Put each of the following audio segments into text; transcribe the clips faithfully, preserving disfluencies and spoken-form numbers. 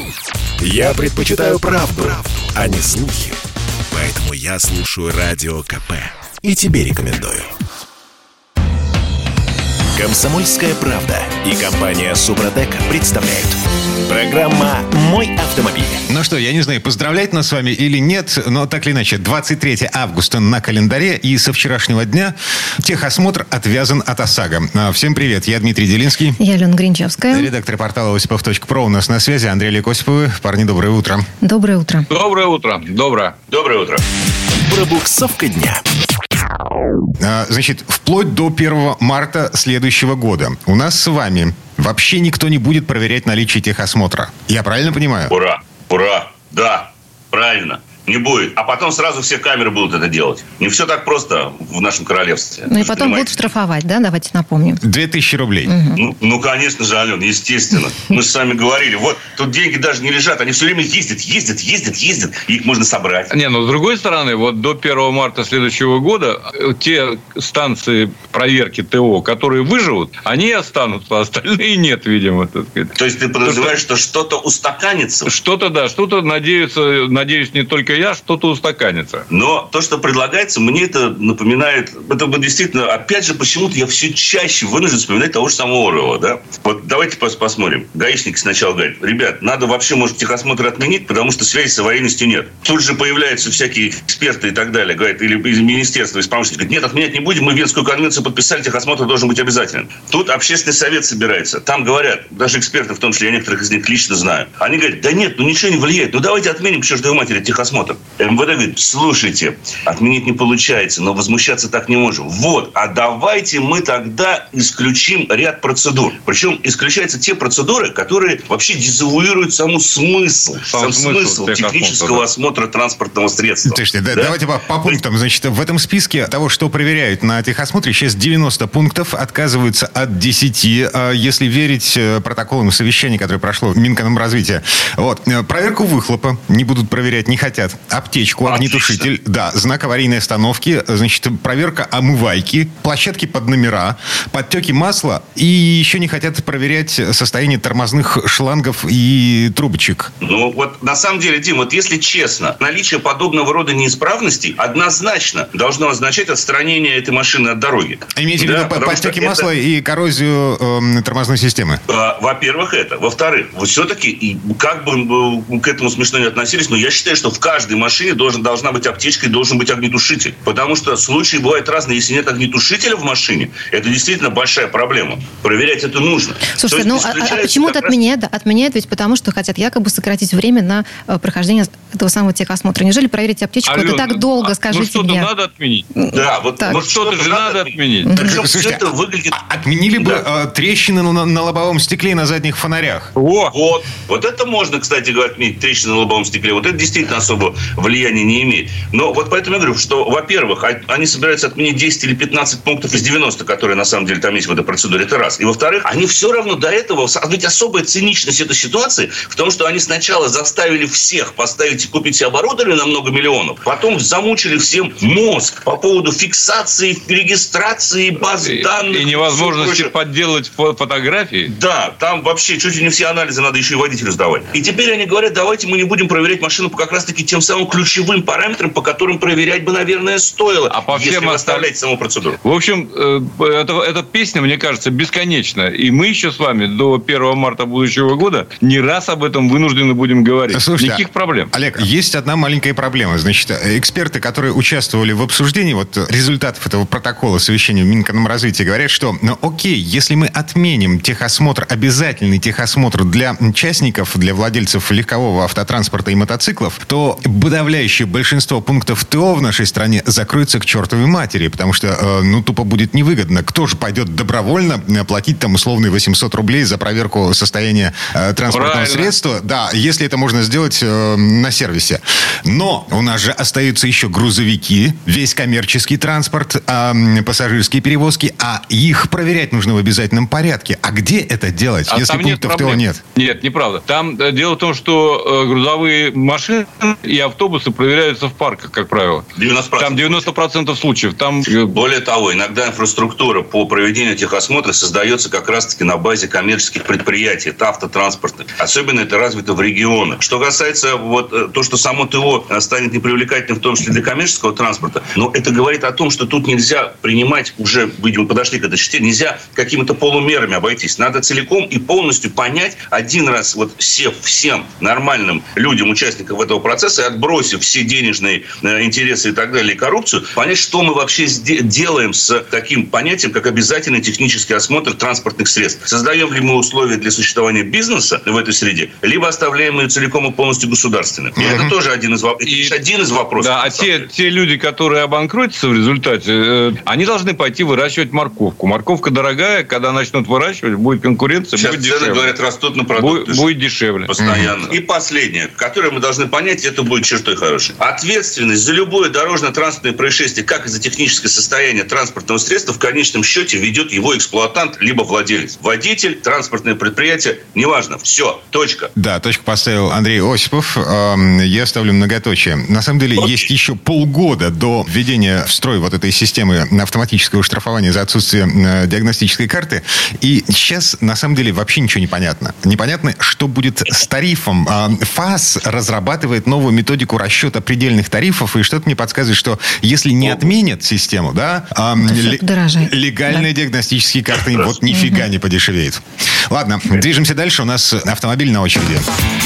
Я предпочитаю правду, правду, а не слухи. Поэтому я слушаю Радио КП. И тебе рекомендую. «Комсомольская правда» и компания «Супротек» представляют. Программа «Мой автомобиль». Ну что, я не знаю, поздравлять нас с вами или нет, но так или иначе, двадцать третьего августа на календаре, и со вчерашнего дня техосмотр отвязан от ОСАГО. Всем привет, я Дмитрий Делинский. Я Алена Гринчевская. Редактор портала осипов точка про у нас на связи. Андрей Олег Осиповы. Парни, доброе утро. Доброе утро. Доброе утро. Доброе. Доброе утро. Пробуксовка дня. Значит, вплоть до первого марта следующего года у нас с вами вообще никто не будет проверять наличие техосмотра. Я правильно понимаю? Ура! Ура! Да, правильно. Не будет. А потом сразу все камеры будут это делать. Не все так просто в нашем королевстве. Ну и потом будут штрафовать, да? Давайте напомним. Две тысячи рублей. Угу. Ну, ну, конечно же, Ален, естественно. Мы с вами говорили. Вот, тут деньги даже не лежат. Они все время ездят, ездят, ездят, ездят. И их можно собрать. Не, ну, с другой стороны, вот до первого марта следующего года те станции проверки ТО, которые выживут, они останутся, а остальные нет, видимо. Так сказать. То есть ты подразумеваешь, что что-то устаканится? Что-то, да. Что-то, надеюсь, надеюсь, не только я, что-то устаканится. Но то, что предлагается, мне это напоминает... Это действительно... Опять же, почему-то я все чаще вынужден вспоминать того же самого Орвелла, да? Вот давайте посмотрим. Гаишники сначала говорят: ребят, надо вообще, может, техосмотр отменить, потому что связи с аварийностью нет. Тут же появляются всякие эксперты и так далее. Говорят, или из министерства, из промышленности. Говорят, нет, отменять не будем, мы Венскую конвенцию подписали, техосмотр должен быть обязателен. Тут общественный совет собирается. Там говорят, даже эксперты, в том числе, я некоторых из них лично знаю. Они говорят, да нет, ну ничего не влияет. Ну давайте отменим, к чертовой матери, техосмотр. МВД говорит, слушайте, отменить не получается, но возмущаться так не можем. Вот, а давайте мы тогда исключим ряд процедур. Причем исключаются те процедуры, которые вообще дезавуируют саму смысл, сам, сам смысл, смысл технического да. осмотра транспортного средства. Слушайте, да? Да, давайте по, по пунктам. Значит, в этом списке того, что проверяют на техосмотре, сейчас девяносто пунктов, отказываются от десяти, если верить протоколам совещания, которое прошло в Минэкономразвития. Вот. Проверку выхлопа не будут проверять, не хотят. Аптечку, огнетушитель, Отлично. да, знак аварийной остановки, значит, проверка омывайки, площадки под номера, подтеки масла, и еще не хотят проверять состояние тормозных шлангов и трубочек. Ну, вот на самом деле, Дим, вот если честно, наличие подобного рода неисправностей однозначно должно означать отстранение этой машины от дороги. Имеете в виду да, подтеки масла это... и коррозию э, тормозной системы? Во-первых, это. Во-вторых, все-таки, как бы к этому смешно не относились, но я считаю, что в каждой машине должен, должна быть аптечка и должен быть огнетушитель. Потому что случаи бывают разные. Если нет огнетушителя в машине, это действительно большая проблема. Проверять это нужно. Слушайте, ну а, а почему это отменяют? Раз... Отменяют ведь потому, что хотят якобы сократить время на э, прохождение этого самого техосмотра. Неужели проверить аптечку? Алена, это так долго, а, скажите ну что-то мне. надо отменить. Да, вот, так. вот что-то, что-то же надо отменить. отменить. Так, слушайте, это выглядит... отменили бы да. э, трещины на, на лобовом стекле и на задних фонарях. О! Вот. Вот это можно, кстати говоря, отменить, трещины на лобовом стекле. Вот это действительно особо влияния не имеет. Но вот поэтому я говорю, что, во-первых, они собираются отменить десять или пятнадцать пунктов из девяноста, которые на самом деле там есть в этой процедуре. Это раз. И во-вторых, они все равно до этого... Ведь особая циничность этой ситуации в том, что они сначала заставили всех поставить и купить себе оборудование на много миллионов, потом замучили всем мозг по поводу фиксации, регистрации баз и, данных. И невозможности подделать фотографии. Да, там вообще чуть ли не все анализы надо еще и водителю сдавать. И теперь они говорят, давайте мы не будем проверять машину по как раз-таки тем самым ключевым параметрам, по которым проверять бы, наверное, стоило, а по если всем оставлять остав... саму процедуру. В общем, это, эта песня, мне кажется, бесконечна. И мы еще с вами до первого марта будущего года не раз об этом вынуждены будем говорить. Слушайте, никаких проблем. Олег, есть одна маленькая проблема. Значит, эксперты, которые участвовали в обсуждении вот результатов этого протокола совещания в Минэкономразвития, говорят, что, ну, окей, если мы отменим техосмотр, обязательный техосмотр для частников, для владельцев легкового автотранспорта и мотоциклов, то подавляющее большинство пунктов ТО в нашей стране закроется к чертовой матери, потому что, э, ну, тупо будет невыгодно. Кто же пойдет добровольно платить там условные восемьсот рублей за проверку состояния э, транспортного Правильно. средства? Да, если это можно сделать э, на сервисе. Но у нас же остаются еще грузовики, весь коммерческий транспорт, э, пассажирские перевозки, а их проверять нужно в обязательном порядке. А где это делать, а если пунктов ТО нет? Нет, неправда. Там э, дело в том, что э, грузовые машины и и автобусы проверяются в парках, как правило. девяносто процентов. Там девяносто процентов случаев. Там... Более того, иногда инфраструктура по проведению техосмотра создается как раз-таки на базе коммерческих предприятий, это автотранспортных. Особенно это развито в регионах. Что касается вот то, что само ТО станет непривлекательным, в том числе для коммерческого транспорта, но это говорит о том, что тут нельзя принимать, уже, видимо, подошли к этой черте, нельзя какими-то полумерами обойтись. Надо целиком и полностью понять, один раз вот сев всем нормальным людям, участникам этого процесса, и отбросив все денежные э, интересы и так далее, и коррупцию, понять, что мы вообще делаем с таким понятием, как обязательный технический осмотр транспортных средств. Создаем ли мы условия для существования бизнеса в этой среде, либо оставляем ее целиком и полностью государственным. И mm-hmm. это тоже один из, и, один из вопросов. Да, а те, те люди, которые обанкротятся в результате, э, они должны пойти выращивать морковку. Морковка дорогая, когда начнут выращивать, будет конкуренция, сейчас будет цены, дешевле. Говорят, растут на продукты. Будет, будет дешевле. Постоянно. Mm-hmm. И последнее, которое мы должны понять, это будет чертой хорошей. Ответственность за любое дорожно-транспортное происшествие, как и за техническое состояние транспортного средства, в конечном счете ведет его эксплуатант, либо владелец. Водитель, транспортное предприятие, неважно. Все. Точка. Да, точку поставил Андрей Осипов. Я ставлю многоточие. На самом деле, Окей. есть еще полгода до введения в строй вот этой системы автоматического штрафования за отсутствие диагностической карты. И сейчас, на самом деле, вообще ничего не понятно. Непонятно, что будет с тарифом. ФАС разрабатывает новую методику расчета предельных тарифов, и что-то мне подсказывает, что если не отменят систему, да, л- легальные да. диагностические карты вот нифига угу. не подешевеют. Ладно, движемся дальше. У нас автомобиль на очереди.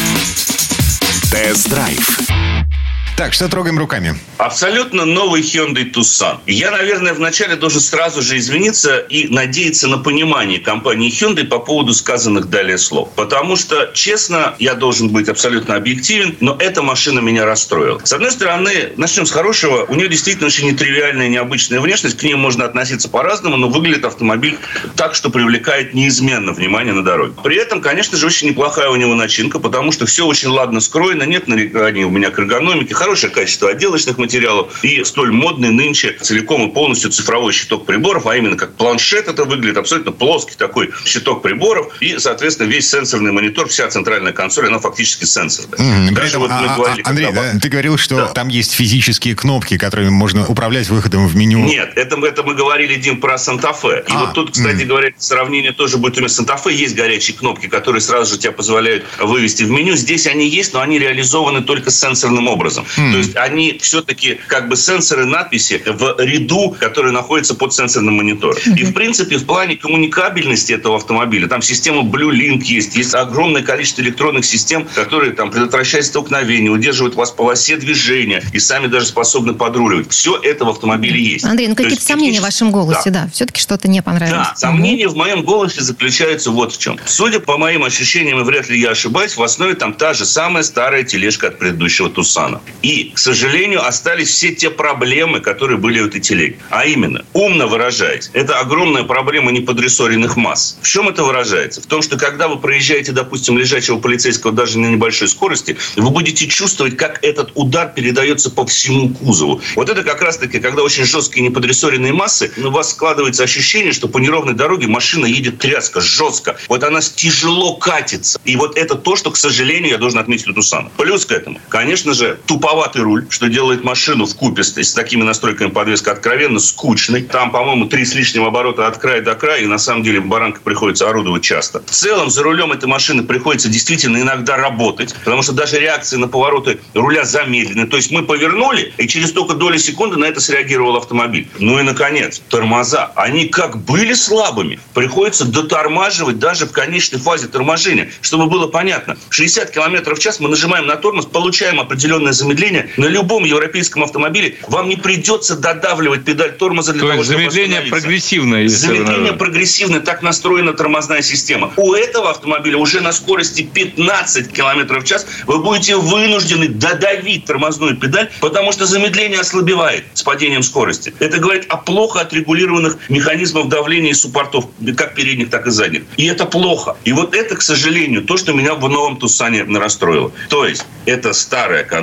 Тест-драйв. Так, что трогаем руками? Абсолютно новый Hyundai Tucson. Я, наверное, вначале должен сразу же извиниться и надеяться на понимание компании Hyundai по поводу сказанных далее слов. Потому что, честно, я должен быть абсолютно объективен, но эта машина меня расстроила. С одной стороны, начнем с хорошего. У нее действительно очень нетривиальная, необычная внешность. К ней можно относиться по-разному, но выглядит автомобиль так, что привлекает неизменно внимание на дороге. При этом, конечно же, очень неплохая у него начинка, потому что все очень ладно скроено, нет нареканий у меня к эргономике, хорошее качество отделочных материалов и столь модный нынче целиком и полностью цифровой щиток приборов, а именно как планшет это выглядит, абсолютно плоский такой щиток приборов и, соответственно, весь сенсорный монитор, вся центральная консоль, она фактически сенсорная. Mm, Даже вот а, мы говорили, Андрей, когда... да, ты говорил, что да. там есть физические кнопки, которыми можно управлять выходом в меню. Нет, это, это мы говорили, Дим, про Санта-Фе. И а, вот тут, кстати mm. говоря, сравнение тоже будет у меня с Санта-Фе. Есть горячие кнопки, которые сразу же тебя позволяют вывести в меню. Здесь они есть, но они реализованы только сенсорным образом. Mm. То есть они все-таки как бы сенсоры надписи в ряду, которые находятся под сенсорным монитором. Mm-hmm. И, в принципе, в плане коммуникабельности этого автомобиля, там система Blue Link есть, есть огромное количество электронных систем, которые там предотвращают столкновения, удерживают вас в полосе движения и сами даже способны подруливать. Все это в автомобиле есть. Андрей, ну какие-то сомнения технически... в вашем голосе, да, да все-таки что-то не понравилось. Да, сомнения mm-hmm. в моем голосе заключаются вот в чем. Судя по моим ощущениям, и вряд ли я ошибаюсь, в основе там та же самая старая тележка от предыдущего Тусана. И, к сожалению, остались все те проблемы, которые были у этой телеги. А именно, умно выражаясь, это огромная проблема неподрессоренных масс. В чем это выражается? В том, что когда вы проезжаете, допустим, лежачего полицейского даже на небольшой скорости, вы будете чувствовать, как этот удар передается по всему кузову. Вот это как раз-таки, когда очень жесткие неподрессоренные массы, у вас складывается ощущение, что по неровной дороге машина едет тряска, жестко. Вот она тяжело катится. И вот это то, что, к сожалению, я должен отметить у Тусана. Плюс к этому, конечно же, туповатый руль, что делает машину вкупе с, с такими настройками подвеска откровенно скучной. Там, по-моему, три с лишним оборота от края до края, и на самом деле баранкой приходится орудовать часто. В целом, за рулем этой машины приходится действительно иногда работать, потому что даже реакции на повороты руля замедлены. То есть мы повернули, и через только доли секунды на это среагировал автомобиль. Ну и, наконец, тормоза. Они как были слабыми, приходится дотормаживать даже в конечной фазе торможения. Чтобы было понятно, шестьдесят километров в час мы нажимаем на тормоз, получаем определенное замедление. На любом европейском автомобиле вам не придется додавливать педаль тормоза для То того, чтобы замедление прогрессивное. Замедление прогрессивное, так настроена тормозная система. У этого автомобиля уже на скорости пятнадцать километров в час вы будете вынуждены додавить тормозную педаль, потому что замедление ослабевает с падением скорости. Это говорит о плохо отрегулированных механизмах давления и суппортов, как передних, так и задних. И это плохо. И вот это, к сожалению, то, что меня в новом Тусане расстроило. То есть, это старая конфетка,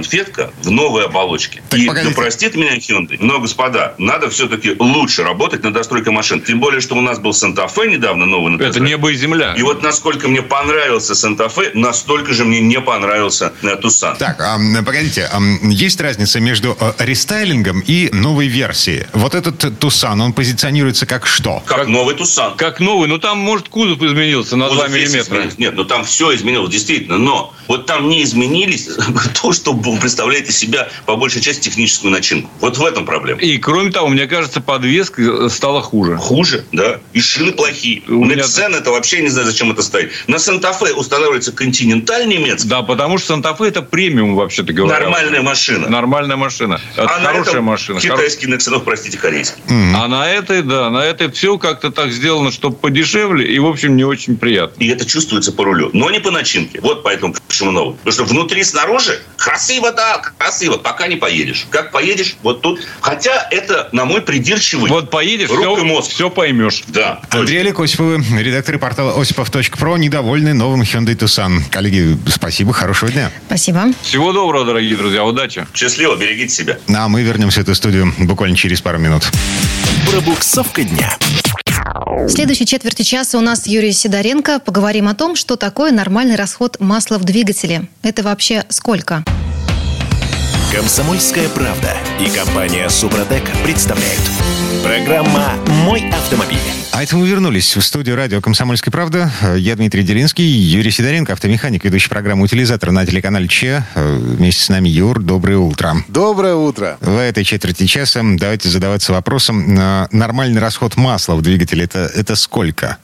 года в новой оболочке. Так, и, погодите. да простит меня Hyundai, но, господа, надо все-таки лучше работать над достройкой машин. Тем более, что у нас был Санта-Фе недавно новый на Это небо и земля. И вот насколько мне понравился Санта-Фе, настолько же мне не понравился Тусан. Так, а, погодите, а, есть разница между а, рестайлингом и новой версией? Вот этот Тусан, он позиционируется как что? Как, как новый Тусан. Как новый, но там, может, кузов изменился на Кузов два миллиметра. Изменился. Нет, ну там все изменилось, действительно. Но вот там не изменились то, что представляет из себя по большей части техническую начинку. Вот в этом проблема. И, кроме того, мне кажется, подвеска стала хуже. Хуже, да. И шины плохие. У Nexen это вообще не знаю, зачем это стоит. На Санта-Фе устанавливается континенталь немецкий. Да, потому что Санта-Фе это премиум, вообще-то говоря. Нормальная машина. Нормальная машина. Это а хорошая машина. Китайский Nexen, простите, корейский. Mm-hmm. А на этой, да, на этой все как-то так сделано, чтобы подешевле и, в общем, не очень приятно. И это чувствуется по рулю, но не по начинке. Вот поэтому почему новый. Потому что внутри, снаружи красиво, да, красиво, пока не поедешь. Как поедешь, вот тут. Хотя это, на мой придирчивый Вот поедешь, рук все, и мозг. все поймешь. Да. Андрей Олег Осиповы, редакторы портала осипов точка про, недовольны новым Hyundai Tucson. Коллеги, спасибо, хорошего дня. Спасибо. Всего доброго, дорогие друзья, удачи. Счастливо, берегите себя. А мы вернемся в эту студию буквально через пару минут. Пробуксовка дня. В следующей четверти часа у нас Юрий Сидоренко. Поговорим о том, что такое нормальный расход масла в двигателе. Это вообще сколько? Комсомольская правда и компания Супротек представляют. Программа «Мой автомобиль». А это мы вернулись в студию радио «Комсомольская правда». Я Дмитрий Делинский, Юрий Сидоренко, автомеханик, ведущий программу «Утилизатор» на телеканале Че. Вместе с нами Юр. Доброе утро. Доброе утро. В этой четверти часа давайте задаваться вопросом. Нормальный расход масла в двигателе это, – это сколько?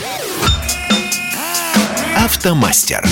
Автомастер.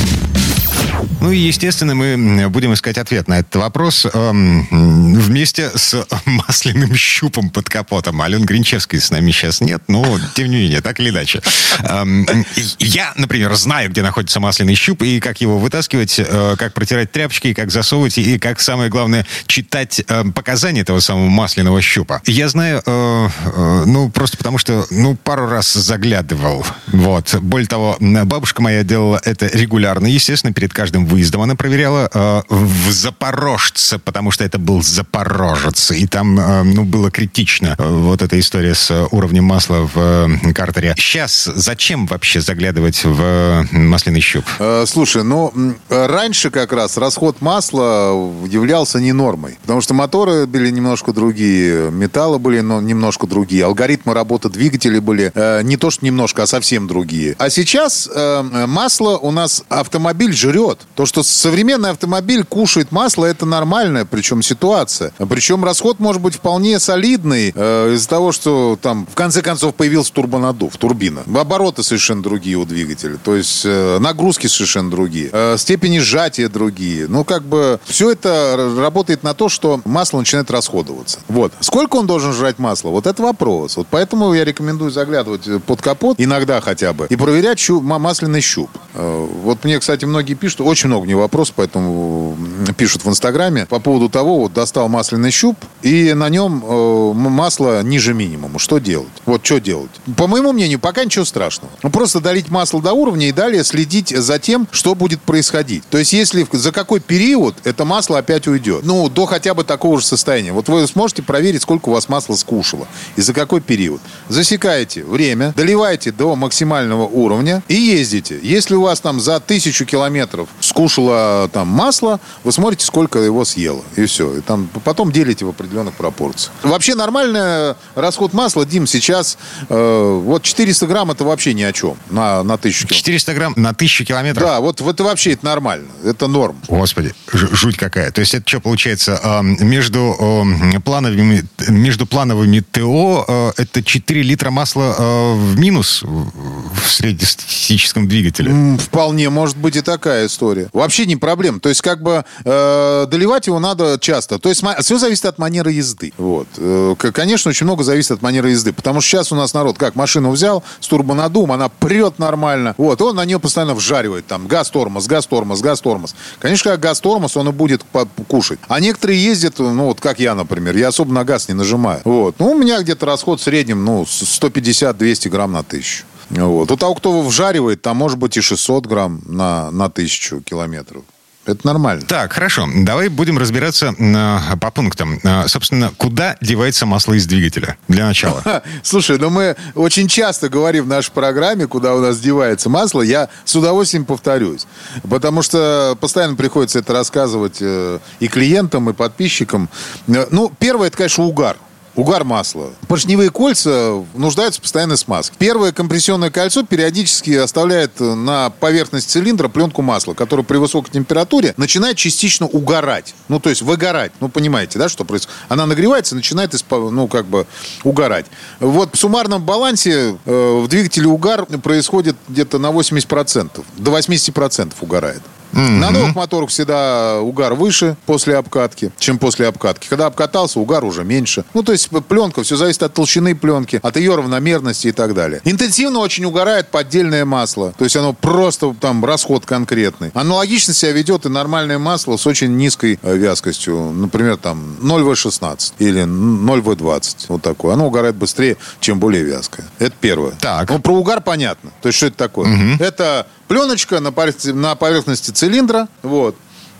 Ну и, естественно, мы будем искать ответ на этот вопрос эм, вместе с масляным щупом под капотом. Алены Гринчевской с нами сейчас нет, но тем не менее, так или иначе. Эм, я, например, знаю, где находится масляный щуп, и как его вытаскивать, э, как протирать тряпочкой, как засовывать, и как, самое главное, читать э, показания этого самого масляного щупа. Я знаю, э, э, ну, просто потому что, ну, пару раз заглядывал. Вот. Более того, бабушка моя делала это регулярно, естественно, перед каждым выездом она проверяла э, в Запорожце, потому что это был Запорожец, и там, э, ну, было критично э, вот эта история с э, уровнем масла в э, картере. Сейчас зачем вообще заглядывать в э, масляный щуп? Э, слушай, ну, раньше как раз расход масла являлся не нормой, потому что моторы были немножко другие, металлы были ну, немножко другие, алгоритмы работы двигателей были э, не то что немножко, а совсем другие. А сейчас э, масло у нас автомобиль жрет. То, что современный автомобиль кушает масло, это нормальная, причем ситуация. Причем расход может быть вполне солидный э, из-за того, что там в конце концов появился турбонаддув, турбина. Обороты совершенно другие у двигателя. То есть э, нагрузки совершенно другие. Э, степени сжатия другие. Ну, как бы все это работает на то, что масло начинает расходоваться. Вот. Сколько он должен жрать масла? Вот это вопрос. Вот поэтому я рекомендую заглядывать под капот, иногда хотя бы, и проверять щуп, масляный щуп. Э, вот мне, кстати, многие пишут, очень много мне вопросов, поэтому пишут в Инстаграме по поводу того, вот достал масляный щуп, и на нем э, масло ниже минимума. Что делать? Вот что делать? По моему мнению, пока ничего страшного. Ну, просто долить масло до уровня и далее следить за тем, что будет происходить. То есть, если за какой период это масло опять уйдет. Ну, до хотя бы такого же состояния. Вот вы сможете проверить, сколько у вас масла скушало и за какой период. Засекаете время, доливаете до максимального уровня и ездите. Если у вас там за тысячу километров скушало там масло, вы смотрите, сколько его съело. И все. И там потом делите в определенных пропорциях. Вообще нормальный расход масла, Дим, сейчас э, вот четыреста грамм это вообще ни о чем на, на тысячу километров. четыреста грамм на тысячу километров? Да, вот это вообще это нормально. Это норм. Господи, жуть какая. То есть это что получается? Между плановыми, между плановыми ТО это четыре литра масла в минус в среднестатистическом двигателе? Вполне может быть и такая история. Вообще не проблема. То есть как бы э, доливать его надо часто. То есть все зависит от манеры езды. Вот. Э, конечно, очень много зависит от манеры езды. Потому что сейчас у нас народ как машину взял с турбонаддувом, она прет нормально. Вот. Он на нее постоянно вжаривает. Там газ-тормоз, газ-тормоз, газ-тормоз. Конечно, как газ-тормоз, он и будет кушать. А некоторые ездят, ну вот как я, например. Я особо на газ не нажимаю. Вот. Ну, у меня где-то расход в среднем ну, сто пятьдесят - двести грамм на тысячу. Вот. У того, кто вжаривает, там может быть и шестьсот грамм на, на тысячу километров. Это нормально. Так, хорошо. Давай будем разбираться э, по пунктам. Э, собственно, куда девается масло из двигателя? Для начала. Слушай, ну мы очень часто говорим в нашей программе, куда у нас девается масло. Я с удовольствием повторюсь. Потому что постоянно приходится это рассказывать э, и клиентам, и подписчикам. Э, ну, первое, это, конечно, угар. Угар масла. Поршневые кольца нуждаются в постоянной смазке. Первое компрессионное кольцо периодически оставляет на поверхность цилиндра пленку масла, которая при высокой температуре начинает частично угорать. Ну, то есть выгорать. Ну, понимаете, да, что происходит? Она нагревается и начинает, ну, как бы угорать. Вот в суммарном балансе э, в двигателе угар происходит где-то на восемьдесят процентов. До восемьдесят процентов угорает. Mm-hmm. На новых моторах всегда угар выше после обкатки, чем после обкатки. Когда обкатался, угар уже меньше. Ну, то есть пленка, все зависит от толщины пленки, от ее равномерности и так далее. Интенсивно очень угорает поддельное масло. То есть оно просто там расход конкретный. Аналогично себя ведет и нормальное масло с очень низкой вязкостью. Например, там ноль вэ шестнадцать или ноль вэ двадцать. Вот такое. Оно угорает быстрее, чем более вязкое. Это первое. Так. Ну, про угар понятно. То есть что это такое? Mm-hmm. Это пленочка на поверхности цилиндра, вот,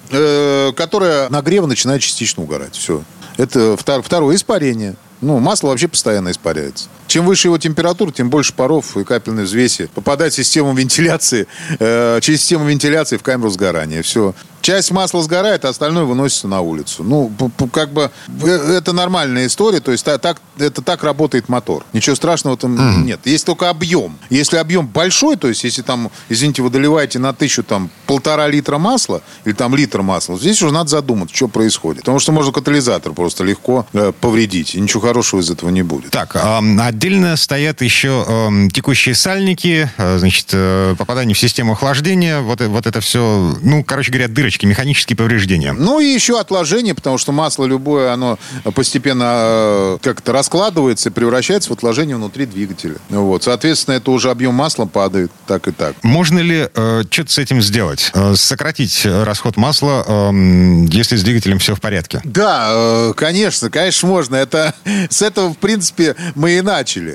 э, которая нагрева начинает частично угорать. Все. Это втор, второе испарение. Ну, масло вообще постоянно испаряется. Чем выше его температура, тем больше паров и капельной взвеси попадает в систему вентиляции, э, через систему вентиляции в камеру сгорания. Все. Часть масла сгорает, а остальное выносится на улицу. Ну, как бы, это нормальная история. То есть так, это так работает мотор. Ничего страшного там mm. нет. Есть только объем. Если объем большой, то есть если там, извините, вы доливаете на тысячу там полтора литра масла или там литр масла, здесь уже надо задуматься, что происходит. Потому что можно катализатор просто легко э, повредить. И ничего хорошего из этого не будет. Так, э, отдельно стоят еще э, текущие сальники, э, значит, э, попадание в систему охлаждения. Вот, вот это все, ну, короче говоря, дырочки. Механические повреждения. Ну и еще отложение, потому что масло любое, оно постепенно как-то раскладывается и превращается в отложение внутри двигателя. Вот. Соответственно, это уже объем масла падает так и так. Можно ли э, что-то с этим сделать? Э, сократить расход масла, э, если с двигателем все в порядке? Да, э, конечно, конечно, можно. Это, с этого, в принципе, мы и начали.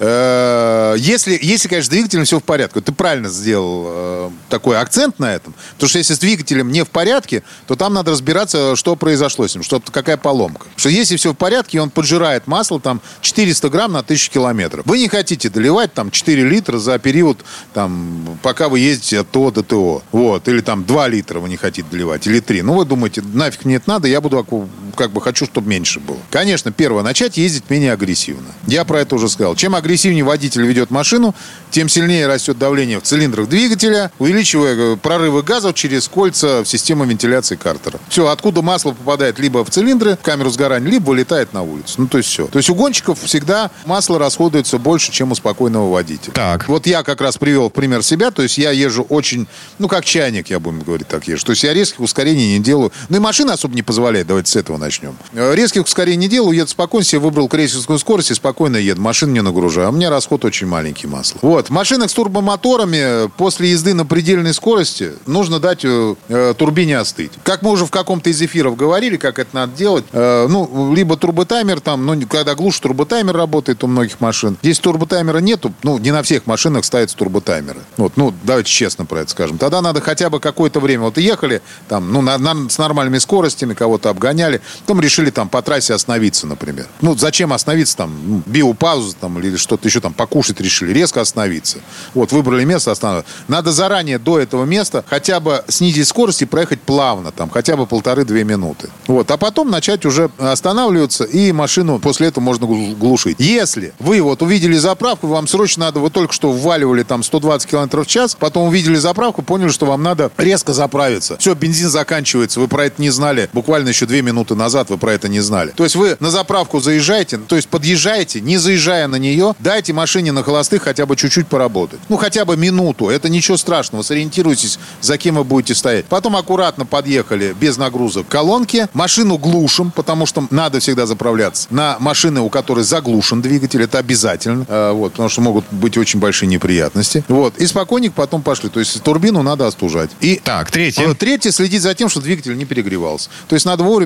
Э, если, если, конечно, с двигателем все в порядке. Ты правильно сделал э, такой акцент на этом. Потому что если с двигателем не в порядке, то там надо разбираться, что произошло с ним, что, какая поломка. Потому что если все в порядке, и он поджирает масло там четыреста грамм на тысячу километров. Вы не хотите доливать там четыре литра за период, там, пока вы ездите от ТО до ТО. Вот. Или там два литра вы не хотите доливать, или три. Ну, вы думаете, нафиг мне это надо, я буду, как бы, хочу, чтобы меньше было. Конечно, первое, начать ездить менее агрессивно. Я про это уже сказал. Чем агрессивнее водитель ведет машину, тем сильнее растет давление в цилиндрах двигателя, увеличивая прорывы газов через кольца в систему вентиляции картера. Все, откуда масло попадает либо в цилиндры, в камеру сгорания, либо вылетает на улицу. Ну, то есть все. То есть у гонщиков всегда масло расходуется больше, чем у спокойного водителя. Так. Вот я как раз привел пример себя, то есть я езжу очень, ну, как чайник, я будем говорить так езжу. То есть я резких ускорений не делаю. Ну, и машина особо не позволяет, давайте с этого начнем. Резких ускорений не делаю, еду спокойно, себе выбрал крейсерскую скорость и спокойно еду. Машину не нагружаю. А у меня расход очень маленький масла. Вот. В машинах с турбомоторами после езды на предельной скорости нужно дать э, турбине остыть. Как мы уже в каком-то из эфиров говорили, как это надо делать. Э, ну, либо турботаймер там, ну, когда глушь, турботаймер работает у многих машин. Здесь турботаймера нету, ну, не на всех машинах ставятся турботаймеры. Вот, ну, давайте честно про это скажем. Тогда надо хотя бы какое-то время. Вот ехали там, ну, на, на, с нормальными скоростями, кого-то обгоняли, потом решили там по трассе остановиться, например. Ну, зачем остановиться там, ну, биопаузу там или что-то еще там покушать решили, резко остановиться. Вот, выбрали место, остановиться. Надо заранее до этого места хотя бы снизить скорость и проехать плавно, там, хотя бы полторы-две минуты. Вот, а потом начать уже останавливаться, и машину после этого можно глушить. Если вы вот увидели заправку, вам срочно надо, вы только что вваливали там сто двадцать километров в час, потом увидели заправку, поняли, что вам надо резко заправиться. Все, бензин заканчивается, вы про это не знали, буквально еще две минуты назад вы про это не знали. То есть вы на заправку заезжаете, то есть подъезжаете, не заезжая на нее, дайте машине на холостых хотя бы чуть-чуть поработать. Ну, хотя бы минуту, это ничего страшного, сориентируйтесь, за кем вы будете стоять. Потом аккуратно подъехали без нагрузок к колонке, машину глушим, потому что надо всегда заправляться на машины, у которой заглушен двигатель, это обязательно, э, вот, потому что могут быть очень большие неприятности. Вот, и спокойненько потом пошли, то есть турбину надо остужать. И так, третье. Э, третье, следить за тем, что двигатель не перегревался. То есть надо вовремя обслуживать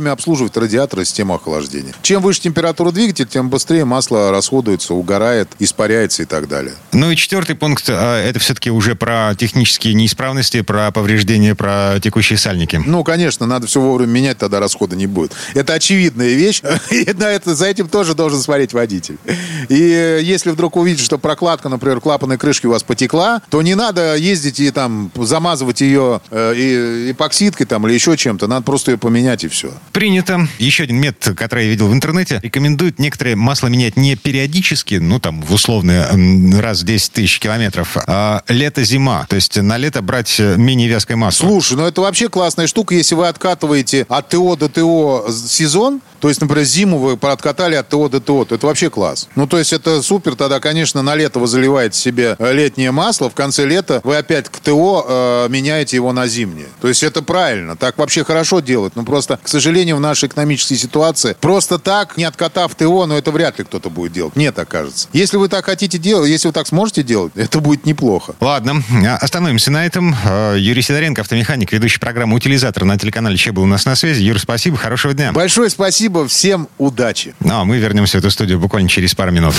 использовать радиатор и систему охлаждения. Чем выше температура двигателя, тем быстрее масло расходуется, угорает, испаряется и так далее. Ну и четвертый пункт, это все-таки уже про технические неисправности, про повреждения, про текущие сальники. Ну, конечно, надо все вовремя менять, тогда расхода не будет. Это очевидная вещь, и на это, за этим тоже должен смотреть водитель. И если вдруг увидите, что прокладка, например, клапанной крышки у вас потекла, то не надо ездить и там замазывать ее э, эпоксидкой там, или еще чем-то. Надо просто ее поменять, и все. Принято. Еще один метод, который я видел в интернете, рекомендуют некоторые масла менять не периодически, ну там в условные раз в десять тысяч километров, а лето-зима. То есть на лето брать менее вязкое масло. Слушай, ну это вообще классная штука, если вы откатываете от ТО до ТО сезон, то есть, например, зиму вы откатали от ТО до ТО, то это вообще класс. Ну, то есть, это супер. Тогда, конечно, на лето вы заливаете себе летнее масло, в конце лета вы опять к ТО э, меняете его на зимнее. То есть, это правильно. Так вообще хорошо делать. Но просто, к сожалению, в нашей экономической ситуации просто так, не откатав ТО, но это вряд ли кто-то будет делать. Мне так кажется. Если вы так хотите делать, если вы так сможете делать, это будет неплохо. Ладно, остановимся на этом. Юрий Сидоренко, автомеханик, ведущий программы «Утилизатор» на телеканале ЧЕ был у нас на связи. Юр, спасибо, хорошего дня. Большое спасибо. Всем удачи. Ну, а мы вернемся в эту студию буквально через пару минут.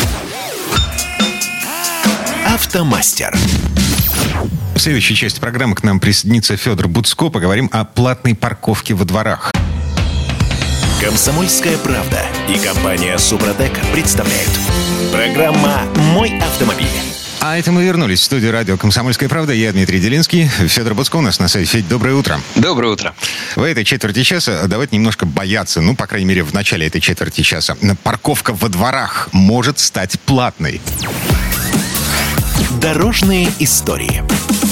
Автомастер. В следующей части программы к нам присоединится Федор Буцко. Поговорим о платной парковке во дворах. «Комсомольская правда» и компания «Супротек» представляют. Программа «Мой автомобиль». А это мы вернулись в студию радио «Комсомольская правда». Я Дмитрий Делинский. Федор Буцко у нас на связи. Федь, доброе утро. Доброе утро. В этой четверти часа давайте немножко бояться, ну, по крайней мере, в начале этой четверти часа. Парковка во дворах может стать платной. Дорожные истории.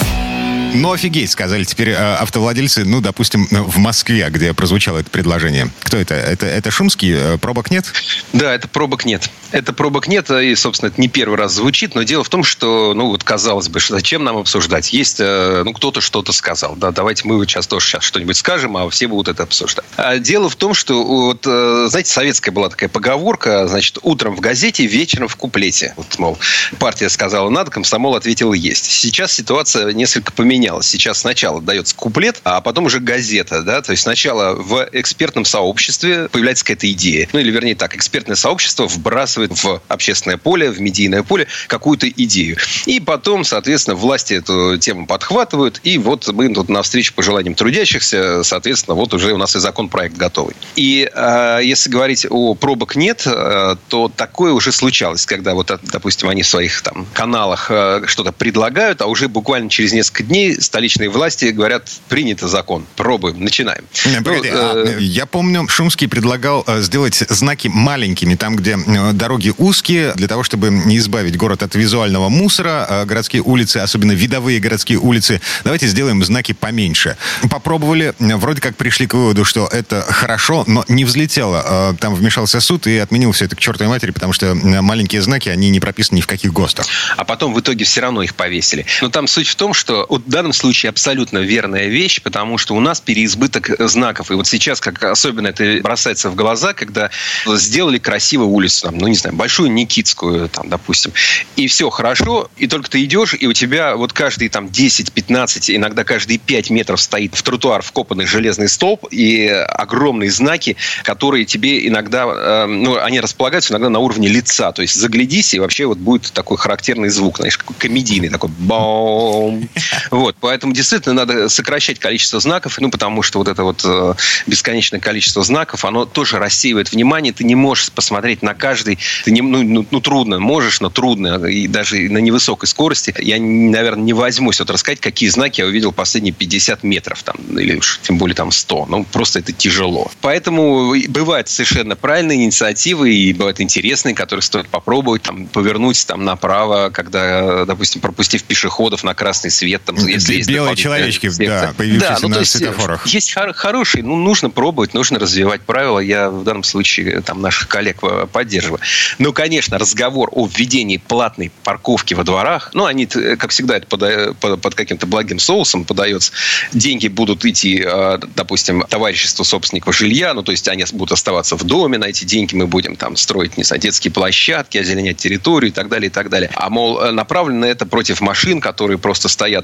Ну, офигеть, сказали теперь автовладельцы, ну, допустим, в Москве, где прозвучало это предложение. Кто это? Это, это Шумский? Пробок нет? Да, это пробок нет. Это пробок нет, и, собственно, это не первый раз звучит, но дело в том, что, ну, вот, казалось бы, зачем нам обсуждать? Есть, ну, кто-то что-то сказал, да, давайте мы сейчас тоже сейчас что-нибудь скажем, а все будут это обсуждать. А дело в том, что, вот, знаете, советская была такая поговорка, значит, утром в газете, вечером в куплете. Вот, мол, партия сказала надо, комсомол ответил есть. Сейчас ситуация несколько поменялась. Сейчас сначала дается куплет, а потом уже газета, да, то есть сначала в экспертном сообществе появляется какая-то идея, ну или вернее так, экспертное сообщество вбрасывает в общественное поле, в медийное поле какую-то идею. И потом, соответственно, власти эту тему подхватывают, и вот мы тут навстречу пожеланиям трудящихся, соответственно, вот уже у нас и законопроект готовый. И э, если говорить о пробок нет, э, то такое уже случалось, когда вот, допустим, они в своих там каналах э, что-то предлагают, а уже буквально через несколько дней столичные власти говорят, принято закон, пробуем, начинаем. Не, погоди, ну, э... Я помню, Шумский предлагал сделать знаки маленькими, там, где дороги узкие, для того, чтобы не избавить город от визуального мусора, городские улицы, особенно видовые городские улицы, давайте сделаем знаки поменьше. Попробовали, вроде как пришли к выводу, что это хорошо, но не взлетело. Там вмешался суд и отменил все это к чертовой матери, потому что маленькие знаки, они не прописаны ни в каких ГОСТах. А потом в итоге все равно их повесили. Но там суть в том, что вот в данном случае абсолютно верная вещь, потому что у нас переизбыток знаков. И вот сейчас, как особенно это бросается в глаза, когда сделали красивую улицу, там, ну, не знаю, большую Никитскую, там, допустим, и все хорошо, и только ты идешь, и у тебя вот каждые там десять-пятнадцать, иногда каждые пять метров стоит в тротуар вкопанный железный столб и огромные знаки, которые тебе иногда, э, ну, они располагаются иногда на уровне лица. То есть заглядись, и вообще вот будет такой характерный звук, знаешь, комедийный такой бом. Вот, поэтому действительно надо сокращать количество знаков, ну, потому что вот это вот э, бесконечное количество знаков, оно тоже рассеивает внимание, ты не можешь посмотреть на каждый, ты не, ну, ну, ну, трудно, можешь, но трудно, и даже на невысокой скорости. Я, наверное, не возьмусь вот рассказать, какие знаки я увидел последние пятьдесят метров, там, или уж тем более там сто, ну, просто это тяжело. Поэтому бывают совершенно правильные инициативы, и бывают интересные, которые стоит попробовать, там, повернуть там направо, когда, допустим, пропустив пешеходов на красный свет, там, если есть белые человечки, да, появившиеся да, ну, на есть, светофорах. Есть хор- хорошие, ну, нужно пробовать, нужно развивать правила. Я в данном случае там наших коллег поддерживаю. Ну, конечно, разговор о введении платной парковки во дворах, ну, они, как всегда, это пода- под, под каким-то благим соусом подается. Деньги будут идти, допустим, товариществу собственников жилья, ну, то есть они будут оставаться в доме, на эти деньги мы будем там строить, не знаю, детские площадки, озеленять территорию и так далее, и так далее. А, мол, направлено это против машин, которые просто стоят во дворах,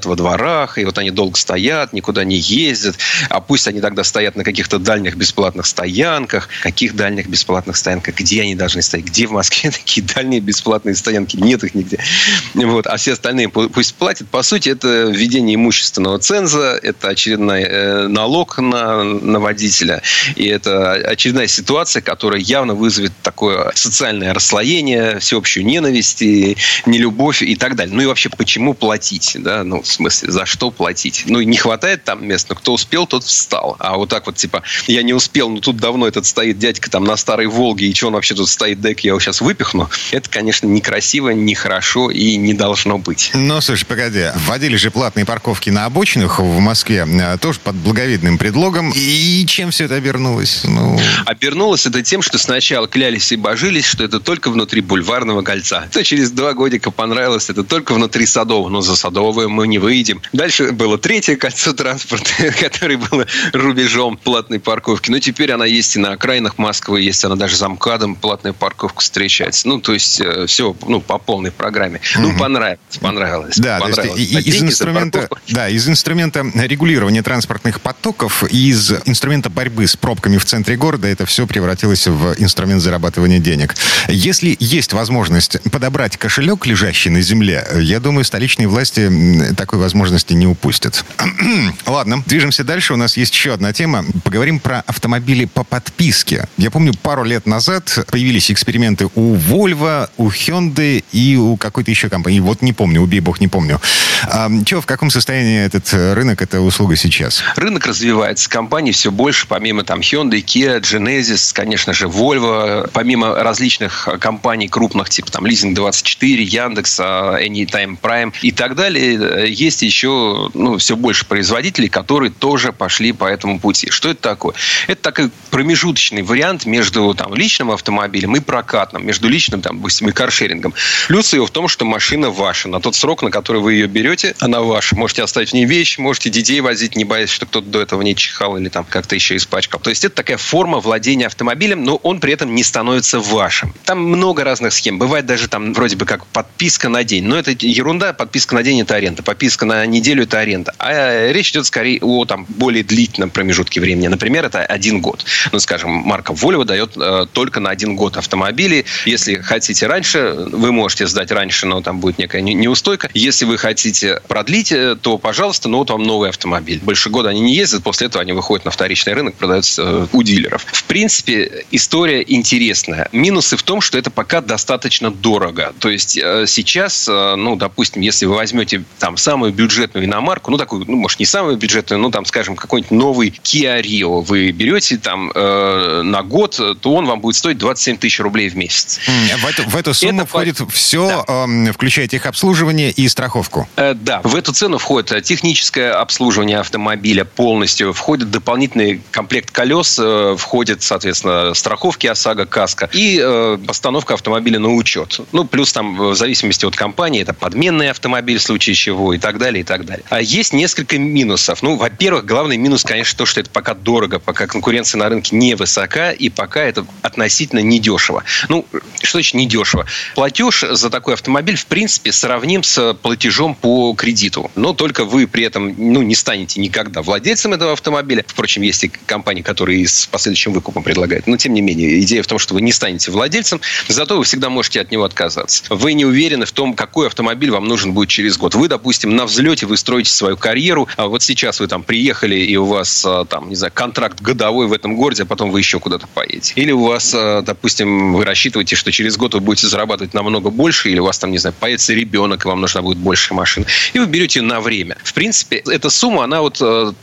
дворах, и вот они долго стоят, никуда не ездят. А пусть они тогда стоят на каких-то дальних бесплатных стоянках. Каких дальних бесплатных стоянках? Где они должны стоять? Где в Москве такие дальние бесплатные стоянки? Нет их нигде. Вот. А все остальные пусть платят. По сути, это введение имущественного ценза, это очередной э, налог на, на водителя. И это очередная ситуация, которая явно вызовет такое социальное расслоение, всеобщую ненависть, и нелюбовь и так далее. Ну и вообще, почему платить? Да? Ну, в смысле, за что платить? Ну, не хватает там мест, но кто успел, тот встал. А вот так вот, типа, я не успел, но тут давно этот стоит дядька там на старой «Волге», и что он вообще тут стоит, дай-ка я его сейчас выпихну. Это, конечно, некрасиво, нехорошо и не должно быть. Ну, слушай, погоди. Вводили же платные парковки на обочинах в Москве, тоже под благовидным предлогом. И чем все это обернулось? Ну... Обернулось это тем, что сначала клялись и божились, что это только внутри Бульварного кольца. То через два годика понравилось, это только внутри Садового. Но за Садовое мы не выйдем. Дальше было третье кольцо транспорта, которое было рубежом платной парковки. Но теперь она есть и на окраинах Москвы, есть она даже за МКАДом платная парковка встречается. Ну, то есть, все ну, по полной программе. Mm-hmm. Ну, понравилось. Понравилось. Да, понравилось. То есть, и, из, инструмента, да, из инструмента регулирования транспортных потоков, из инструмента борьбы с пробками в центре города, это все превратилось в инструмент зарабатывания денег. Если есть возможность подобрать кошелек, лежащий на земле, я думаю, столичные власти такой возможности не упустят. Ладно, движемся дальше. У нас есть еще одна тема. Поговорим про автомобили по подписке. Я помню, пару лет назад появились эксперименты у Volvo, у Hyundai и у какой-то еще компании. Вот не помню, убей бог, не помню. А, че, в каком состоянии этот рынок, эта услуга сейчас? Рынок развивается. Компаний все больше, помимо там Hyundai, Kia, Genesis, конечно же, Volvo. Помимо различных компаний крупных, типа там Leasing двадцать четыре, Яндекс, Anytime Prime и так далее, есть еще ну, все больше производителей, которые тоже пошли по этому пути. Что это такое? Это такой промежуточный вариант между там, личным автомобилем и прокатным, между личным, там, допустим, и каршерингом. Плюс ее в том, что машина ваша. На тот срок, на который вы ее берете, она ваша. Можете оставить в ней вещи, можете детей возить, не боясь, что кто-то до этого в ней чихал или там как-то еще испачкал. То есть это такая форма владения автомобилем, но он при этом не становится вашим. Там много разных схем. Бывает даже там вроде бы как подписка на день. Но это ерунда. Подписка на день – это аренда. Подписка на неделю – это аренда. А речь идет скорее о там, более длительном промежутке времени. Например, это один год. Ну, скажем, марка Volvo дает э, только на один год автомобили. Если хотите раньше, вы можете сдать раньше, но там будет некая неустойка. Если вы хотите продлить, то, пожалуйста, ну вот вам новый автомобиль. Больше года они не ездят, после этого они выходят на вторичный рынок, продаются э, у дилеров. В принципе, история интересная. Минусы в том, что это пока достаточно дорого. То есть э, сейчас, э, ну, допустим, если вы возьмете там самую бюджетную иномарку, ну, такую, ну, может, не самую бюджетную, ну, там, скажем, какой-нибудь новый Kia Rio вы берете там э, на год, то он вам будет стоить двадцать семь тысяч рублей в месяц. В эту, в эту сумму это входит по... все, да. э, включая техобслуживание и страховку? Э, да, в эту цену входит техническое обслуживание автомобиля полностью, входит дополнительный комплект колес, э, входит, соответственно, страховки ОСАГО, КАСКО и э, постановка автомобиля на учет. Ну, плюс там, в зависимости от компании, это подменный автомобиль в случае чего и так далее, и так далее. А есть несколько минусов. Ну, во-первых, главный минус, конечно, то, что это пока дорого, пока конкуренция на рынке невысока, и пока это относительно недешево. Ну, что значит недешево? Платеж за такой автомобиль, в принципе, сравним с платежом по кредиту. Но только вы при этом ну, не станете никогда владельцем этого автомобиля. Впрочем, есть и компании, которые и с последующим выкупом предлагают. Но, тем не менее, идея в том, что вы не станете владельцем, зато вы всегда можете от него отказаться. Вы не уверены в том, какой автомобиль вам нужен будет через год. Вы, допустим, на взлете вы строите свою карьеру, а вот сейчас вы там приехали, и у вас там, не знаю, контракт годовой в этом городе, а потом вы еще куда-то поедете. Или у вас, допустим, вы рассчитываете, что через год вы будете зарабатывать намного больше, или у вас там, не знаю, появится ребенок, и вам нужна будет больше машин. И вы берете ее на время. В принципе, эта сумма, она вот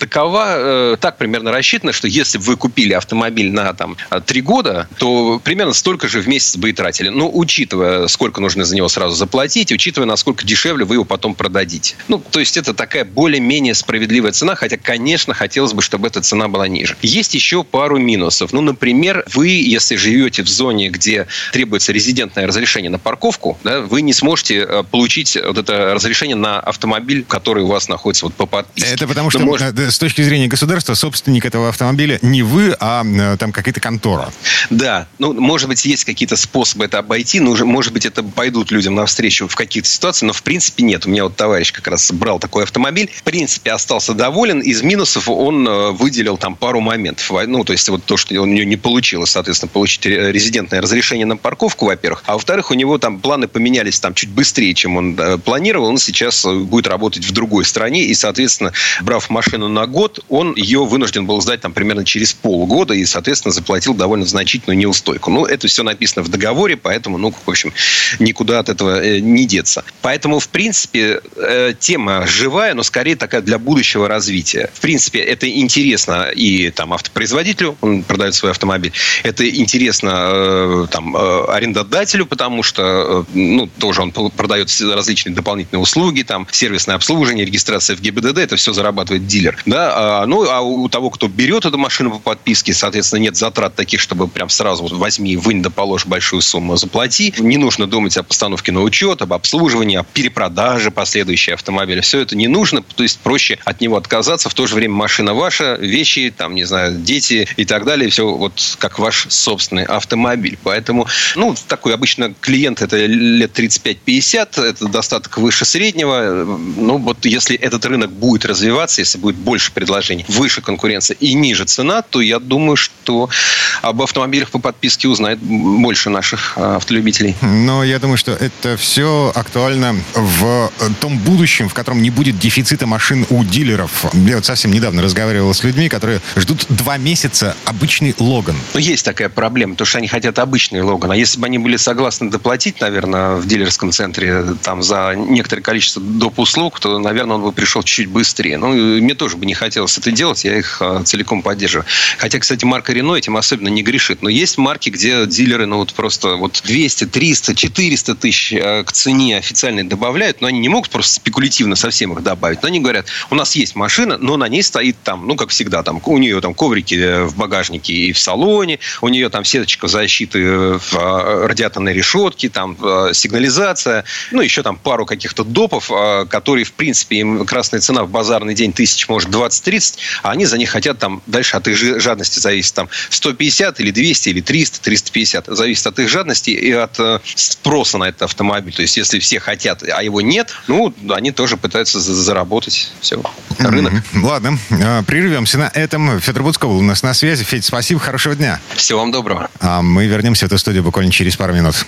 такова, так примерно рассчитана, что если вы купили автомобиль на там три года, то примерно столько же в месяц бы и тратили. Ну, учитывая, сколько нужно за него сразу заплатить, учитывая, насколько дешевле вы его потом продадите. Ну, то есть это такая более-менее справедливая цена, хотя, конечно, хотелось бы, чтобы эта цена была ниже. Есть еще пару минусов. Ну, например, например, вы, если живете в зоне, где требуется резидентное разрешение на парковку, да, вы не сможете получить вот это разрешение на автомобиль, который у вас находится вот по подписке. Это потому что, ну, может... с точки зрения государства, собственник этого автомобиля не вы, а там какая-то контора. Да. Ну, может быть, есть какие-то способы это обойти, но, может быть, это пойдут людям навстречу в каких-то ситуациях, но, в принципе, нет. У меня вот товарищ как раз брал такой автомобиль, в принципе, остался доволен. Из минусов он выделил там пару моментов. Ну, то есть, вот то, что у него не получилось, соответственно, получить резидентное разрешение на парковку, во-первых. А во-вторых, у него там планы поменялись там чуть быстрее, чем он планировал. Он сейчас будет работать в другой стране, и, соответственно, брав машину на год, он ее вынужден был сдать там примерно через полгода и, соответственно, заплатил довольно значительную неустойку. Ну, это все написано в договоре, поэтому, ну, в общем, никуда от этого не деться. Поэтому, в принципе, тема живая, но скорее такая для будущего развития. В принципе, это интересно и там автопроизводителю, он продает свой автомобиль, это интересно там арендодателю, потому что, ну, тоже он продает различные дополнительные услуги, там, сервисное обслуживание, регистрация в ГИБДД, это все зарабатывает дилер. Да? А, ну, а у того, кто берет эту машину по подписке, соответственно, нет затрат таких, чтобы прям сразу вот возьми, вынь да положь большую сумму, заплати. Не нужно думать о постановке на учет, об обслуживании, о перепродаже последующей автомобиля. Все это не нужно, то есть проще от него отказаться. В то же время машина ваша, вещи, там, не знаю, дети и так далее. Все вот как ваш собственный автомобиль. Поэтому, ну, такой обычно клиент, это лет тридцать пять - пятьдесят, это достаток выше среднего. Ну, вот если этот рынок будет развиваться, если будет больше предложений, выше конкуренция и ниже цена, то я думаю, что об автомобилях по подписке узнает больше наших автолюбителей. Но я думаю, что это все актуально в том будущем, в котором не будет дефицита машин у дилеров. Я вот совсем недавно разговаривал с людьми, которые ждут два месяца обычный Логан. Ну, есть такая проблема, потому что они хотят обычный Логан. А если бы они были согласны доплатить, наверное, в дилерском центре там за некоторое количество доп. Услуг, то, наверное, он бы пришел чуть быстрее. Ну, мне тоже бы не хотелось это делать, я их целиком поддерживаю. Хотя, кстати, марка Renault этим особенно не грешит. Но есть марки, где дилеры, ну, вот просто вот двести, триста, четыреста тысяч к цене официальной добавляют, но они не могут просто спекулятивно совсем их добавить. Но они говорят, у нас есть машина, но на ней стоит там, ну, как всегда, там, у нее там коврики в багажнике и в салоне, у нее там сеточка защиты в радиаторной решетке, там сигнализация, ну, еще там пару каких-то допов, которые, в принципе, им красная цена в базарный день тысяч, может, двадцать-тридцать, а они за них хотят там, дальше от их жадности зависит там сто пятьдесят или двести или триста, триста пятьдесят. Зависит от их жадности и от э, спроса на этот автомобиль. То есть, если все хотят, а его нет, ну, они тоже пытаются заработать. Все. Рынок. Mm-hmm. Ладно. Прервемся на этом. Федор Буцков у нас на связи. Федь, спасибо. Хорошего дня. Всего вам доброго. А мы вернемся в эту студию буквально через пару минут.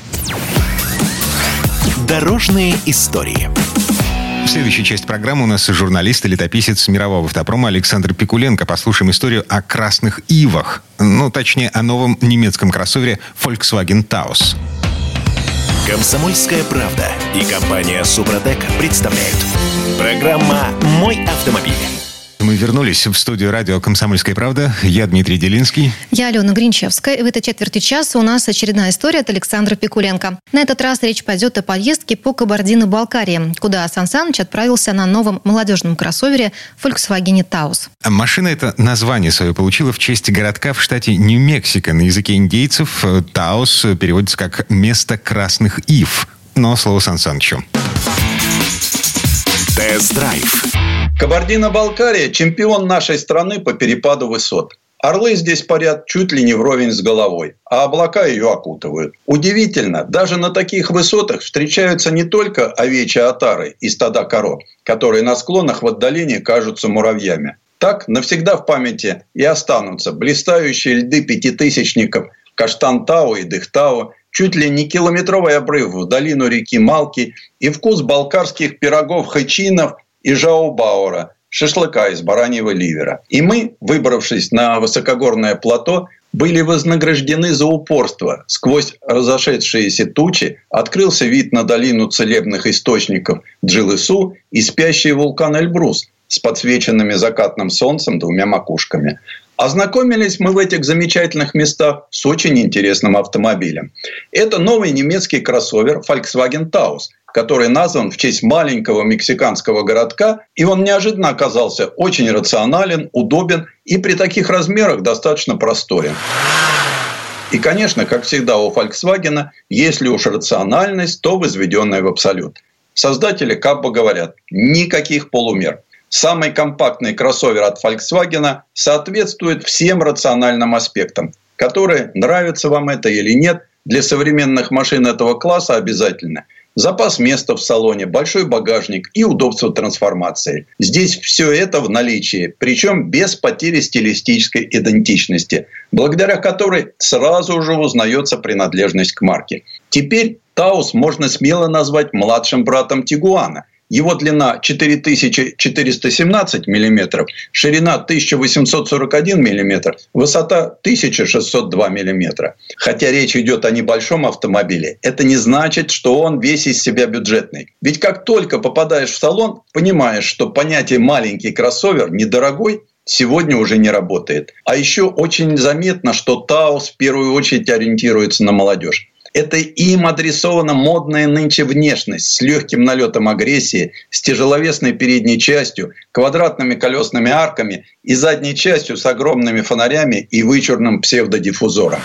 Дорожные истории. Следующая часть программы у нас журналист и летописец мирового автопрома Александр Пикуленко. Послушаем историю о красных ивах. Ну, точнее, о новом немецком кроссовере Volkswagen Taos. Комсомольская правда и компания Супротек представляют. Программа «Мой автомобиль». Мы вернулись в студию радио «Комсомольская правда». Я Дмитрий Делинский. Я Алена Гринчевская. И в этой четверти часа у нас очередная история от Александра Пикуленко. На этот раз речь пойдет о поездке по Кабардино-Балкарии, куда Сан Саныч отправился на новом молодежном кроссовере Volkswagen Taos. Машина это название свое получила в честь городка в штате Нью-Мексико. На языке индейцев Таос переводится как «место красных ив». Но слово Сан Санычу. Тест-драйв. Кабардино-Балкария – чемпион нашей страны по перепаду высот. Орлы здесь парят чуть ли не вровень с головой, а облака ее окутывают. Удивительно, даже на таких высотах встречаются не только овечьи отары и стада коров, которые на склонах в отдалении кажутся муравьями. Так навсегда в памяти и останутся блистающие льды пятитысячников Каштан-Тау и Дых-Тау, чуть ли не километровый обрыв в долину реки Малки и вкус балкарских пирогов хачинов и жаубаура, шашлыка из бараньего ливера. И мы, выбравшись на высокогорное плато, были вознаграждены за упорство. Сквозь разошедшиеся тучи открылся вид на долину целебных источников Джилысу и спящий вулкан Эльбрус с подсвеченными закатным солнцем двумя макушками. Ознакомились мы в этих замечательных местах с очень интересным автомобилем. Это новый немецкий кроссовер Volkswagen Taos, который назван в честь маленького мексиканского городка, и он неожиданно оказался очень рационален, удобен и при таких размерах достаточно просторен. И, конечно, как всегда у Volkswagen, если уж рациональность, то возведенная в абсолют. Создатели как бы говорят, никаких полумер. Самый компактный кроссовер от Volkswagen соответствует всем рациональным аспектам, которые, нравится вам это или нет, для современных машин этого класса обязательно. Запас места в салоне, большой багажник и удобство трансформации. Здесь все это в наличии, причем без потери стилистической идентичности, благодаря которой сразу же узнается принадлежность к марке. Теперь Таос можно смело назвать младшим братом Тигуана. Его длина четыре тысячи четыреста семнадцать миллиметров, ширина тысяча восемьсот сорок один миллиметр, высота тысяча шестьсот два миллиметра. Хотя речь идет о небольшом автомобиле, это не значит, что он весь из себя бюджетный. Ведь как только попадаешь в салон, понимаешь, что понятие «маленький кроссовер», «недорогой» сегодня уже не работает. А еще очень заметно, что Таос в первую очередь ориентируется на молодежь. Это им адресована модная нынче внешность с легким налетом агрессии, с тяжеловесной передней частью, квадратными колесными арками и задней частью с огромными фонарями и вычурным псевдодиффузором.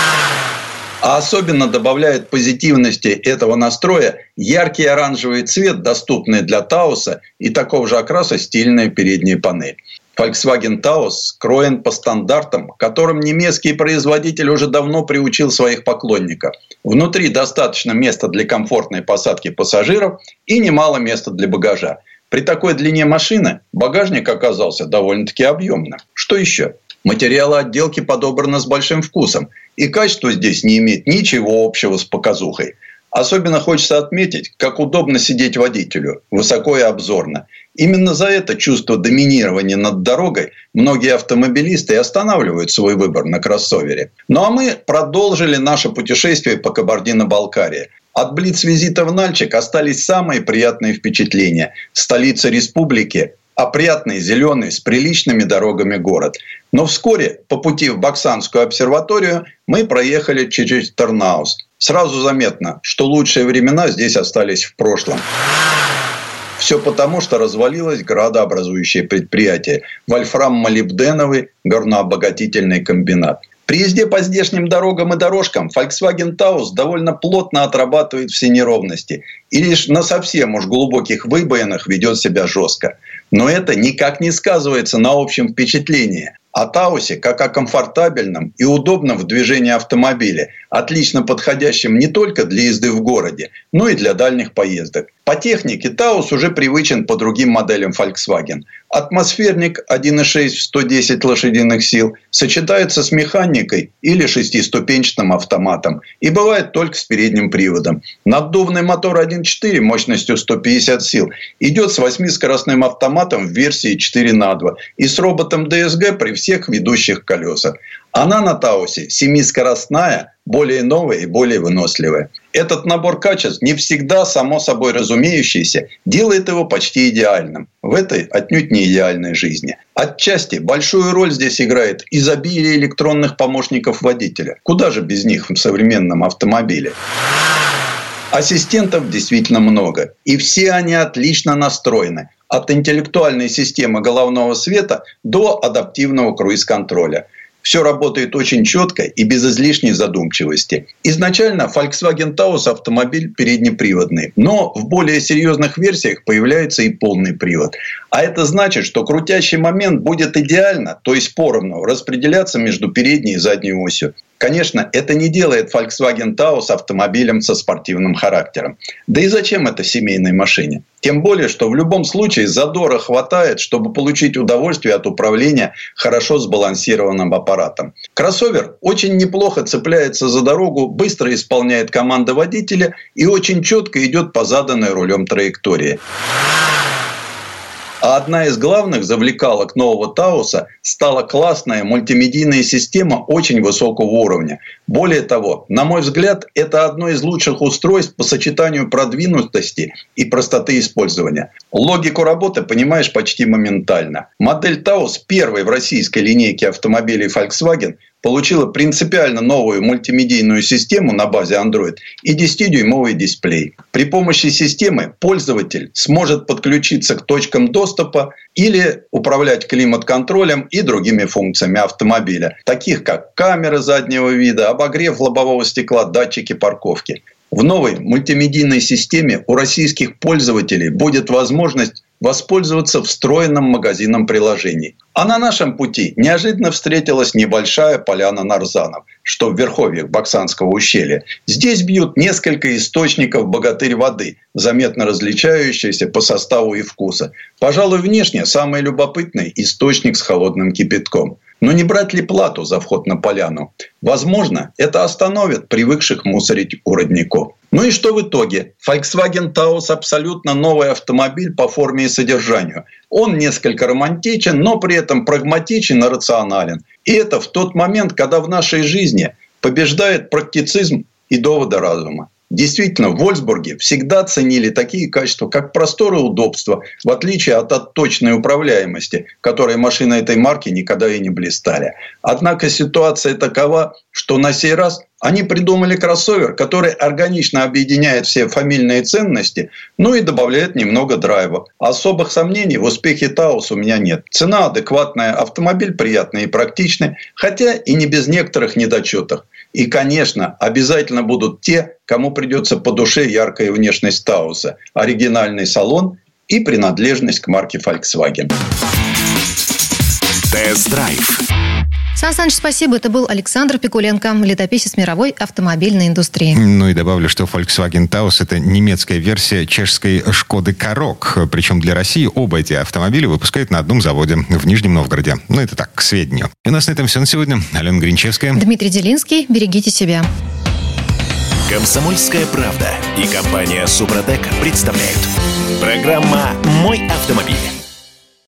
А особенно добавляет позитивности этого настроя яркий оранжевый цвет, доступный для Таоса, и такого же окраса стильная передняя панель. Volkswagen Taos скроен по стандартам, к которым немецкий производитель уже давно приучил своих поклонников. Внутри достаточно места для комфортной посадки пассажиров и немало места для багажа. При такой длине машины багажник оказался довольно-таки объемным. Что еще? Материалы отделки подобраны с большим вкусом, и качество здесь не имеет ничего общего с показухой. Особенно хочется отметить, как удобно сидеть водителю, высоко и обзорно. Именно за это чувство доминирования над дорогой многие автомобилисты и останавливают свой выбор на кроссовере. Ну а мы продолжили наше путешествие по Кабардино-Балкарии. От блиц-визита в Нальчик остались самые приятные впечатления. Столица республики – опрятный, зеленый, с приличными дорогами город. Но вскоре по пути в Баксанскую обсерваторию мы проехали через Торнаус. Сразу заметно, что лучшие времена здесь остались в прошлом. Все потому, что развалилось градообразующее предприятие – вольфрам-молибденовый горнообогатительный комбинат. При езде по здешним дорогам и дорожкам Volkswagen Taos довольно плотно отрабатывает все неровности и лишь на совсем уж глубоких выбоинах ведет себя жестко. Но это никак не сказывается на общем впечатлении о Таусе как о комфортабельном и удобном в движении автомобиле, отлично подходящем не только для езды в городе, но и для дальних поездок. По технике Таос уже привычен по другим моделям Volkswagen. Атмосферник один и шесть в сто десять лошадиных сил сочетается с механикой или шестиступенчатым автоматом и бывает только с передним приводом. Наддувный мотор один и четыре мощностью сто пятьдесят сил идет с восьмискоростным автоматом в версии четыре на два и с роботом ди эс джи при всех ведущих колесах. Она на Таусе семискоростная, более новая и более выносливая. Этот набор качеств, не всегда само собой разумеющийся, делает его почти идеальным в этой отнюдь не идеальной жизни. Отчасти большую роль здесь играет изобилие электронных помощников водителя. Куда же без них в современном автомобиле? Ассистентов действительно много, и все они отлично настроены. От интеллектуальной системы головного света до адаптивного круиз-контроля. Все работает очень четко и без излишней задумчивости. Изначально Volkswagen Taos автомобиль переднеприводный, но в более серьезных версиях появляется и полный привод. А это значит, что крутящий момент будет идеально, то есть поровну, распределяться между передней и задней осью. Конечно, это не делает Volkswagen Taos автомобилем со спортивным характером. Да и зачем это семейной машине? Тем более, что в любом случае задора хватает, чтобы получить удовольствие от управления хорошо сбалансированным аппаратом. Кроссовер очень неплохо цепляется за дорогу, быстро исполняет команды водителя и очень четко идет по заданной рулем траектории. А одна из главных завлекалок нового Тауса стала классная мультимедийная система очень высокого уровня. Более того, на мой взгляд, это одно из лучших устройств по сочетанию продвинутости и простоты использования. Логику работы понимаешь почти моментально. Модель Taos, первой в российской линейке автомобилей Volkswagen, получила принципиально новую мультимедийную систему на базе Android и десятидюймовый дисплей. При помощи системы пользователь сможет подключиться к точкам доступа или управлять климат-контролем и другими функциями автомобиля, таких как камеры заднего вида, обогрев лобового стекла, датчики парковки. В новой мультимедийной системе у российских пользователей будет возможность воспользоваться встроенным магазином приложений. А на нашем пути неожиданно встретилась небольшая поляна нарзанов, что в верховьях Баксанского ущелья. Здесь бьют несколько источников богатырь воды, заметно различающиеся по составу и вкусу. Пожалуй, внешне самый любопытный источник с холодным кипятком. Но не брать ли плату за вход на поляну? Возможно, это остановит привыкших мусорить у родников. Ну и что в итоге? Volkswagen Taos абсолютно новый автомобиль по форме и содержанию. Он несколько романтичен, но при этом прагматичен и рационален. И это в тот момент, когда в нашей жизни побеждает практицизм и доводы разума. Действительно, в Вольфсбурге всегда ценили такие качества, как простор и удобство, в отличие от отточенной управляемости, которой машины этой марки никогда и не блистали. Однако ситуация такова, что на сей раз они придумали кроссовер, который органично объединяет все фамильные ценности, ну и добавляет немного драйва. Особых сомнений в успехе Taos у меня нет. Цена адекватная, автомобиль приятный и практичный, хотя и не без некоторых недочетов. И, конечно, обязательно будут те, кому придется по душе яркая внешность Taos, оригинальный салон и принадлежность к марке Volkswagen. Тест-драйв. Сан Саныч, спасибо. Это был Александр Пикуленко, летописец мировой автомобильной индустрии. Ну и добавлю, что Volkswagen Taos – это немецкая версия чешской Шкоды Корок. Причем для России оба эти автомобиля выпускают на одном заводе в Нижнем Новгороде. Ну это так, к сведению. И у нас на этом все на сегодня. Алена Гринчевская. Дмитрий Делинский. Берегите себя. «Комсомольская правда» и компания «Супротек» представляют. Программа «Мой автомобиль».